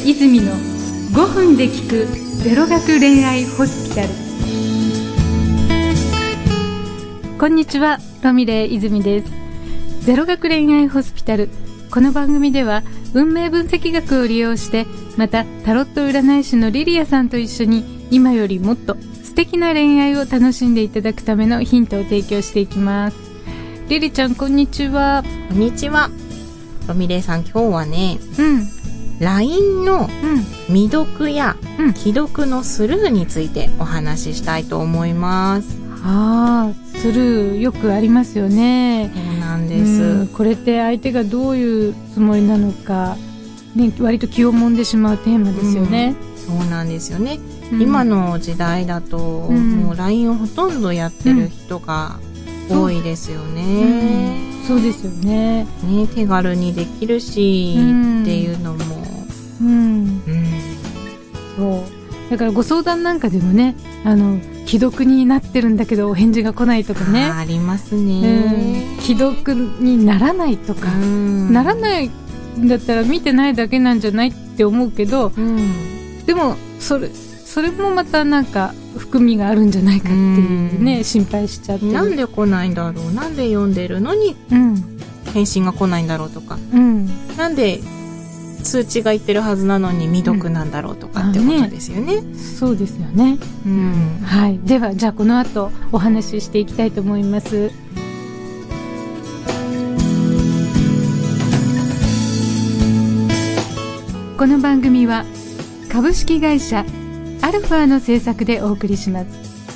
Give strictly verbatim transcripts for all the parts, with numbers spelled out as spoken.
泉のごふんで聞くゼロ学恋愛ホスピタル。こんにちは、ロミレイ泉です。ゼロ学恋愛ホスピタル。この番組では運命分析学を利用して、またタロット占い師のリリアさんと一緒に今よりもっと素敵な恋愛を楽しんでいただくためのヒントを提供していきます。リリちゃん、こんにちは。 こんにちは。ロミレイさん、今日はね、 うん、 ライン の未読や既読のスルーについてお話ししたいと思います。 うん、ああ、スルーよくありますよね。 そうなんです、 うん、これって相手がどういうつもりなのか、ね、割と気をもんでしまうテーマですよね。 うん、そうなんですよね、うん、今の時代だと、うん、もう ライン をほとんどやってる人が多いですよね。 うん、そうですよね。 ね、手軽にできるし、うん、っていうのも、 うんうん、そうだからご相談なんかでもね、あの既読になってるんだけどお返事が来ないとかね、 あ, ありますね、 うん、既読にならないとか、うん、ならないんだったら見てないだけなんじゃないって思うけど、うん、でもそれそれもまたなんか含みがあるんじゃないかっていうね、うん、心配しちゃって、 なんで来ないんだろう、なんで読んでるのに返信が来ないんだろうとか、うん、なんで通知が言ってるはずなのに未読なんだろうとかってことですよね。うん、 ね、そうですよね、うん、はい。ではじゃあこの後お話ししていきたいと思います。この番組は株式会社アルファの制作でお送りします。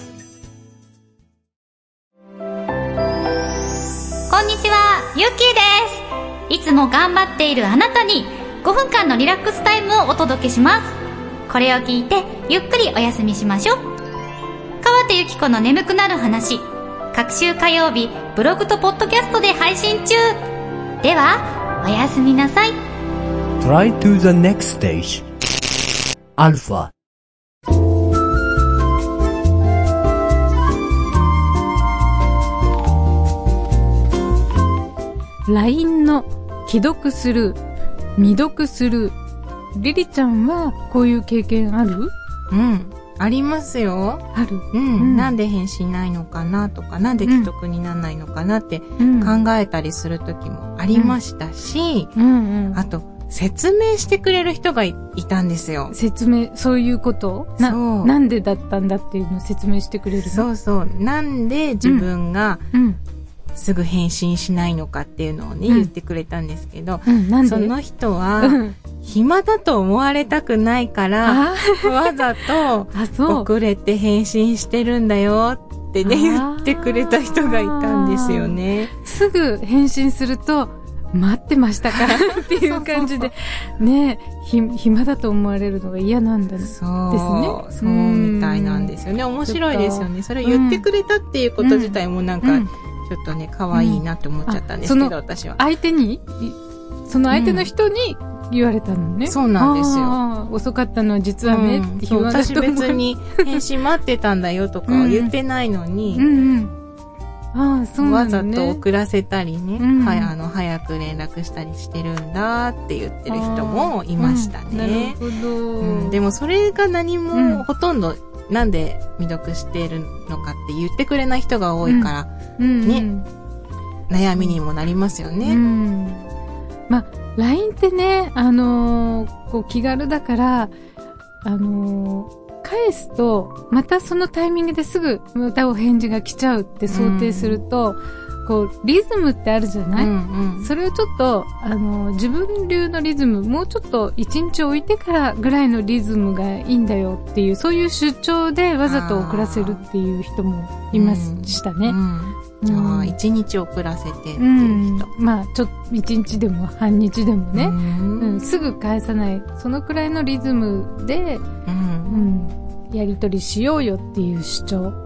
こんにちは、ゆっきーです。いつも頑張っているあなたにごふんかんのリラックスタイムをお届けします。これを聞いてゆっくりお休みしましょう。川手ゆき子の眠くなる話、各週火曜日ブログとポッドキャストで配信中。ではおやすみなさい。 Try to the next stage アルファ。 ライン の既読する、未読する。リリちゃんはこういう経験ある？ うん、ありますよ。 ある、 うんうん、なんで返信ないのかなとか、なんで既読にならないのかなって考えたりする時もありましたし、うんうんうん、あと説明してくれる人が い, いたんですよ。 説明、そういうことな、そうなんでだったんだっていうのを説明してくれるの。 そうそう、なんで自分が、うんうんすぐ返信しないのかっていうのをね、うん、言ってくれたんですけど、うん、なんでその人は、うん、暇だと思われたくないからわざと遅れて返信してるんだよってね言ってくれた人がいたんですよね。 すぐ返信すると待ってましたからっていう感じでね、ひ暇だと思われるのが嫌なんだね。 そうですね。そうみたいなんですよね。面白いですよね。それ言ってくれたっていうこと自体もなんか、うんうんちょっとね可愛いなって思っちゃったんですけど、うん、私は相手にその相手の人に言われたのね、うん、 そうなんですよ。 遅かったのは実はね、うん、って言われたと思う。 私別に返信待ってたんだよとか言ってないのに、うんうんああそうなんだね、わざと遅らせたりね、うん、はあの早く連絡したりしてるんだって言ってる人もいましたね、 うん、なるほど、 うん、でもそれが何もほとんどなんで未読しているのかって言ってくれない人が多いから、うん、ね、うん、悩みにもなりますよね。うん、 まあ ライン ってね、あのー、こう気軽だから、あのー、返すとまたそのタイミングですぐまたお返事が来ちゃうって想定すると、うん、こうリズムってあるじゃない、うんうん、それをちょっと、あのー、自分流のリズム、もうちょっと一日置いてからぐらいのリズムがいいんだよっていう、そういう主張でわざと遅らせるっていう人もいましたね。うんうん、あ一日遅らせてっていう人、 うん、まあちょっと一日でも半日でもね、うんうん、すぐ返さない、そのくらいのリズムで、うんうん、やり取りしようよっていう主張、うん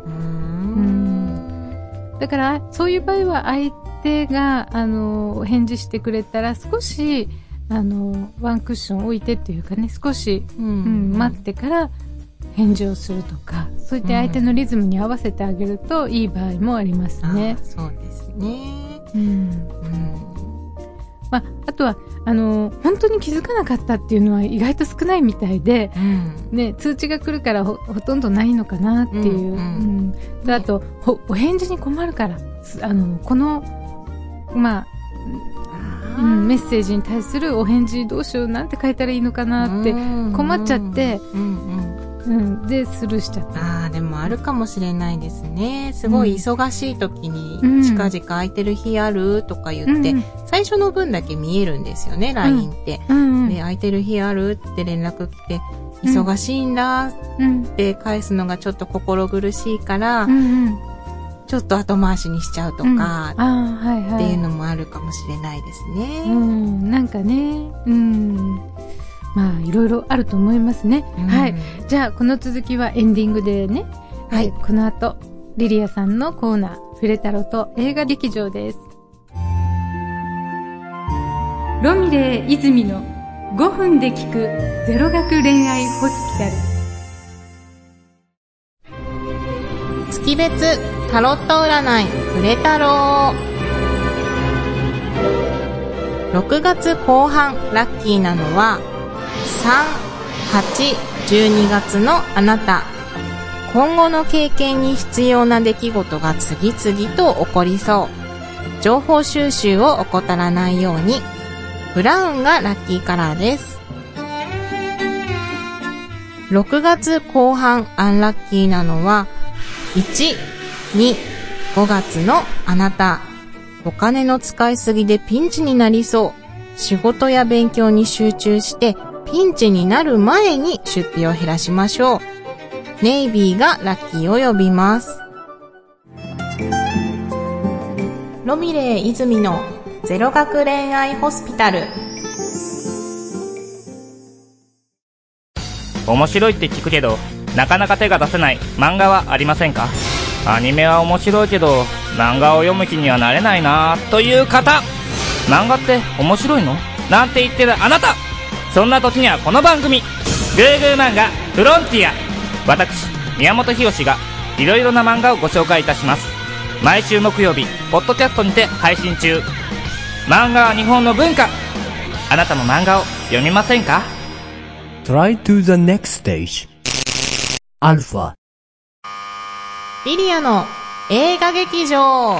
うん、だからそういう場合は相手があの返事してくれたら少しあのワンクッション置いてっていうかね、少し、うんうん、待ってから返事をするとか、そういった相手のリズムに合わせてあげるといい場合もありますね。 うん、そうですね。うん。 うん。 まあ、あとは、あの、本当に気づかなかったっていうのは意外と少ないみたいで、うん、ね、通知が来るから ほ, ほとんどないのかなっていう。うんうん、であと、お返事に困るから、あの、この、まあ、うん、メッセージに対するお返事どうしよう、なんて書いたらいいのかなって困っちゃって、うんうん、で、スルーしちゃった。 ああ、でもあるかもしれないですね。すごい忙しい時に、近々空いてる日あるとか言って、うん、最初の分だけ見えるんですよね、ライン って。うんうん、で、空いてる日あるって連絡来て、忙しいんだって返すのがちょっと心苦しいから、うんうん、ちょっと後回しにしちゃうとか、うん、あ、はいはい、っていうのもあるかもしれないですね。 うん、なんかね、うん。まあいろいろあると思いますね、うん、はい。じゃあこの続きはエンディングでね、はい、この後リリアさんのコーナーフィレタロと映画劇場です。ロミレー泉のごふんで聞くゼロ学恋愛ホスピタル。月別タロット占いフレタロー。ろくがつこう半ラッキーなのはさん、はち、じゅうにがつのあなた。今後の経験に必要な出来事が次々と起こりそう。情報収集を怠らないように。ブラウンがラッキーカラーです。ろくがつこう半アンラッキーなのはいち、に、ごがつのあなた。お金の使いすぎでピンチになりそう。仕事や勉強に集中してピンチになる前に出費を減らしましょう。ネイビーがラッキーを呼びます。ロミレー泉のゼロ学恋愛ホスピタル。 面白いって聞くけどなかなか手が出せない漫画はありませんか？アニメは面白いけど漫画を読む気にはなれないなという方、漫画って面白いの？なんて言ってるあなた、そんな時にはこの番組グーグー漫画フロンティア、私宮本浩がいろいろな漫画をご紹介いたします。毎週木曜日ポッドキャストにて配信中。漫画は日本の文化、あなたも漫画を読みませんか？ Try to the next stage. アルファ。 リリアの映画劇場。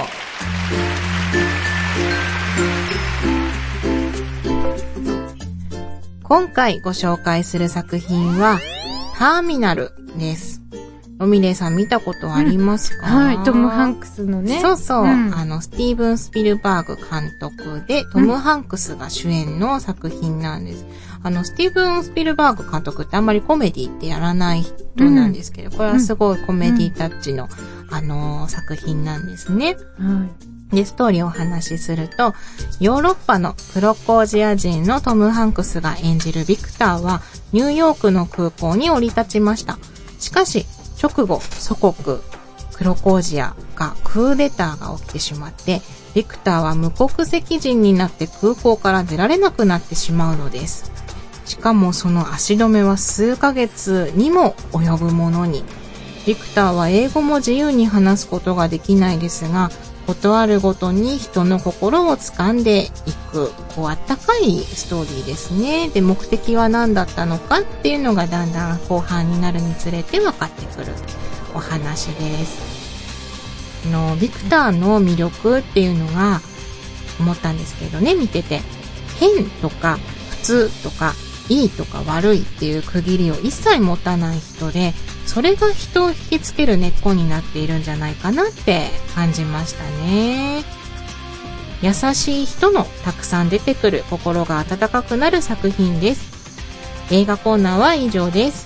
今回ご紹介する作品はターミナルです。ロミレイさん見たことありますか？ うん、はい、トム・ハンクスのね。 そうそう、うん、あのスティーブン・スピルバーグ監督でトム・ハンクスが主演の作品なんです。うん、あのスティーブン・スピルバーグ監督ってあんまりコメディってやらない人なんですけど、これはすごいコメディタッチの、うん、あのー、作品なんですね。はい、で、ストーリーをお話しすると、ヨーロッパのプロコージア人のトム・ハンクスが演じるビクターはニューヨークの空港に降り立ちました。しかし直後、祖国クロコージアがクーデターが起きてしまって、ビクターは無国籍人になって空港から出られなくなってしまうのです。しかもその足止めは数ヶ月にも及ぶものに。ビクターは英語も自由に話すことができないですが、ことあるごとに人の心を掴んでいく、こうあったかいストーリーですね。で、目的は何だったのかっていうのがだんだん後半になるにつれて分かってくるお話です。あのビクターの魅力っていうのが思ったんですけどね、見てて、変とか普通とかいいとか悪いっていう区切りを一切持たない人で、それが人を引きつける根っこになっているんじゃないかなって感じましたね。優しい人のたくさん出てくる、心が温かくなる作品です。映画コーナーは以上です。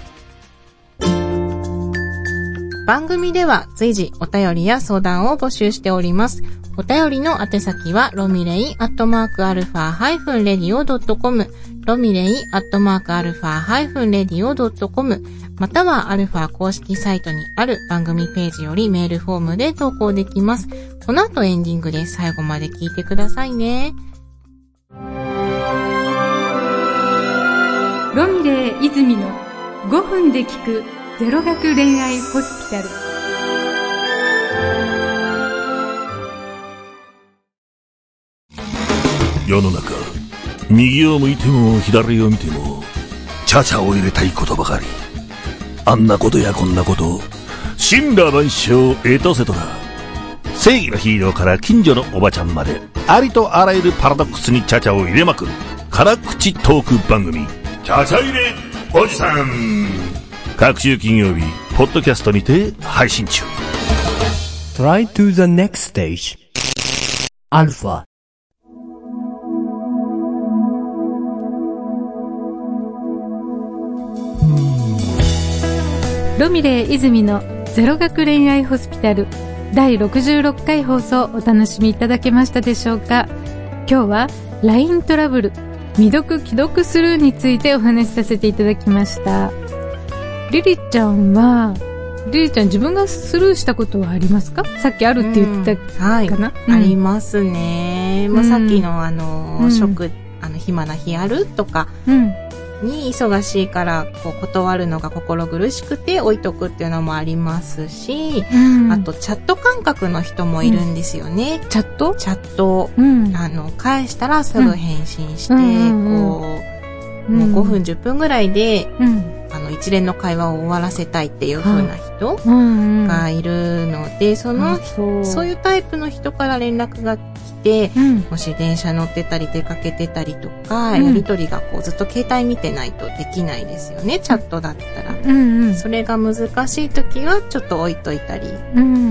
番組では随時お便りや相談を募集しております。お便りの宛先はロミレイアットマークアルファハイフンレディオドットコム、ロミレイアットマークアルファハイフンレディオドットコム、またはアルファ公式サイトにある番組ページよりメールフォームで投稿できます。この後エンディングで最後まで聞いてくださいね。 ロミレイ泉のごふんで聞くゼロ学恋愛ホスピタル。 世の中右を向いても左を見てもチャチャを入れたいことばかり。あんなことやこんなこと、神羅万象エトセトラ。正義のヒーローから近所のおばちゃんまで、ありとあらゆるパラドックスにチャチャを入れまくる辛口トーク番組、チャチャ入れおじさん。各週金曜日ポッドキャストにて配信中。 Try to the next stage. Alpha。 ロミレイ泉のゼロ学恋愛ホスピタルだいろくじゅうろっかい放送、お楽しみいただけましたでしょうか。今日は ライン トラブル、未読既読スルーについてお話しさせていただきました。リリちゃんはリリちゃん自分がスルーしたことはありますか？さっきあるって言ってたかな、 うん、はい、うん、ありますね、うん、まあ、さっきのあの、うん、食あの暇な日あるとか、うんに忙しいからこう断るのが心苦しくて置いとくっていうのもありますし、うん、あとチャット感覚の人もいるんですよね、 うん、チャットチャット、うん、あの返したらすぐ返信して、うん、こう、うん、もうごふんじゅっぷんぐらいで、うん、あの一連の会話を終わらせたいっていう風な人がいるので、その、うん、そう、そういうタイプの人から連絡がで、うん、もし電車乗ってたり出かけてたりとか、うん、やりとりがこうずっと携帯見てないとできないですよね、チャットだったら、うんうん、それが難しい時はちょっと置いといたりし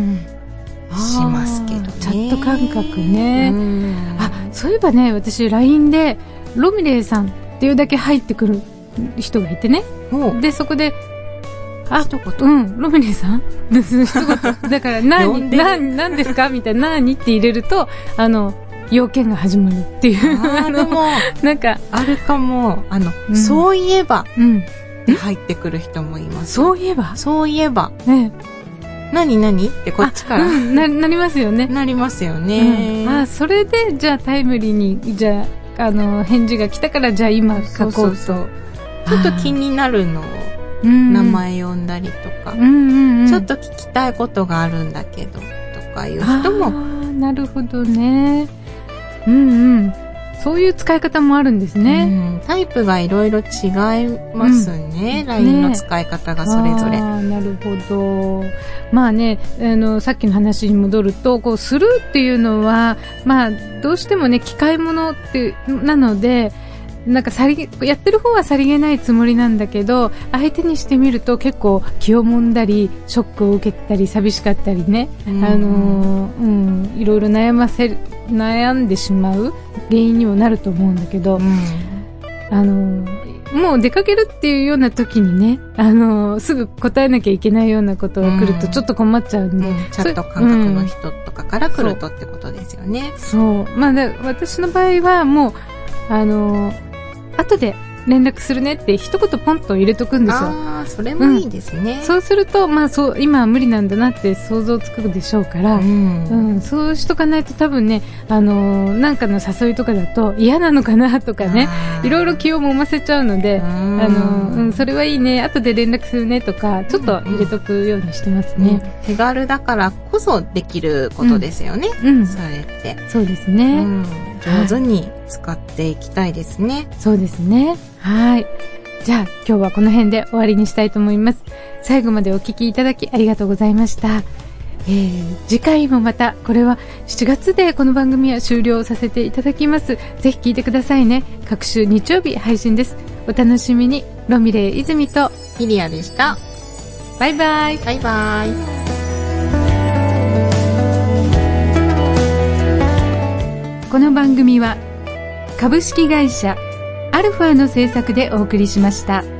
ますけどね、 チャット感覚ね、うん、あ、そういえばね、私 ライン でロミレイさんっていうだけ入ってくる人がいてね、でそこであ、一言、うん、ロミネさんだから何、何、何ですかみたいな、何って入れると、あの、要件が始まるっていう。 あでも、なんか、あるかも、あの、うん、そういえば、うん、で入ってくる人もいます。 そういえばそういえば。ね、何何ってこっちから。 うん、な、なりますよね。 なりますよね。 うん、あ、それで、じゃあタイムリーに、じゃあ、あの、返事が来たから、じゃあ今書こうと。そうそうそう。 ちょっと気になるのを。うん、名前呼んだりとか、うんうんうん、ちょっと聞きたいことがあるんだけどとかいう人も。 あ、なるほどね。うんうん。そういう使い方もあるんですね。 うん、タイプがいろいろ違いますね、うん、ライン の使い方がそれぞれ。 あ、なるほど。まあね、あのさっきの話に戻ると、こうスルーっていうのは、まあどうしてもね、機械物ってなので。なんかさりやってる方はさりげないつもりなんだけど、相手にしてみると結構気をもんだりショックを受けたり寂しかったりね、うん、あのー、うん、いろいろ悩ませる悩んでしまう原因にもなると思うんだけど、うん、あのー、もう出かけるっていうような時にね、あのー、すぐ答えなきゃいけないようなことが来るとちょっと困っちゃうんで、うん、 チャット感覚の人とかから来るとってことですよね。 そう、そう、まあで私の場合はもうあのー後で連絡するねって一言ポンと入れとくんですよ。 ああ、それもいいですね。 うん、そうすると、まあそう、今は無理なんだなって想像つくでしょうから、うん、うん、そうしとかないと多分ね、あのー、なんかの誘いとかだと嫌なのかなとかね、いろいろ気をもませちゃうので、あのー、うん、それはいいね、後で連絡するねとか、ちょっと入れとくようにしてますね。 うん、手軽だからこそできることですよね。うん、それって。 そうですね。うん、 上手に使っていきたいですね。 そうですね。はい。じゃあ今日はこの辺で終わりにしたいと思います。最後までお聞きいただきありがとうございました。えー、次回もまた、これはしちがつでこの番組は終了させていただきます。ぜひ聞いてくださいね。各週日曜日配信です。お楽しみに。ロミレイ泉とリリアでした。 バイバイ。 バイバイ。 この番組は株式会社アルファの制作でお送りしました。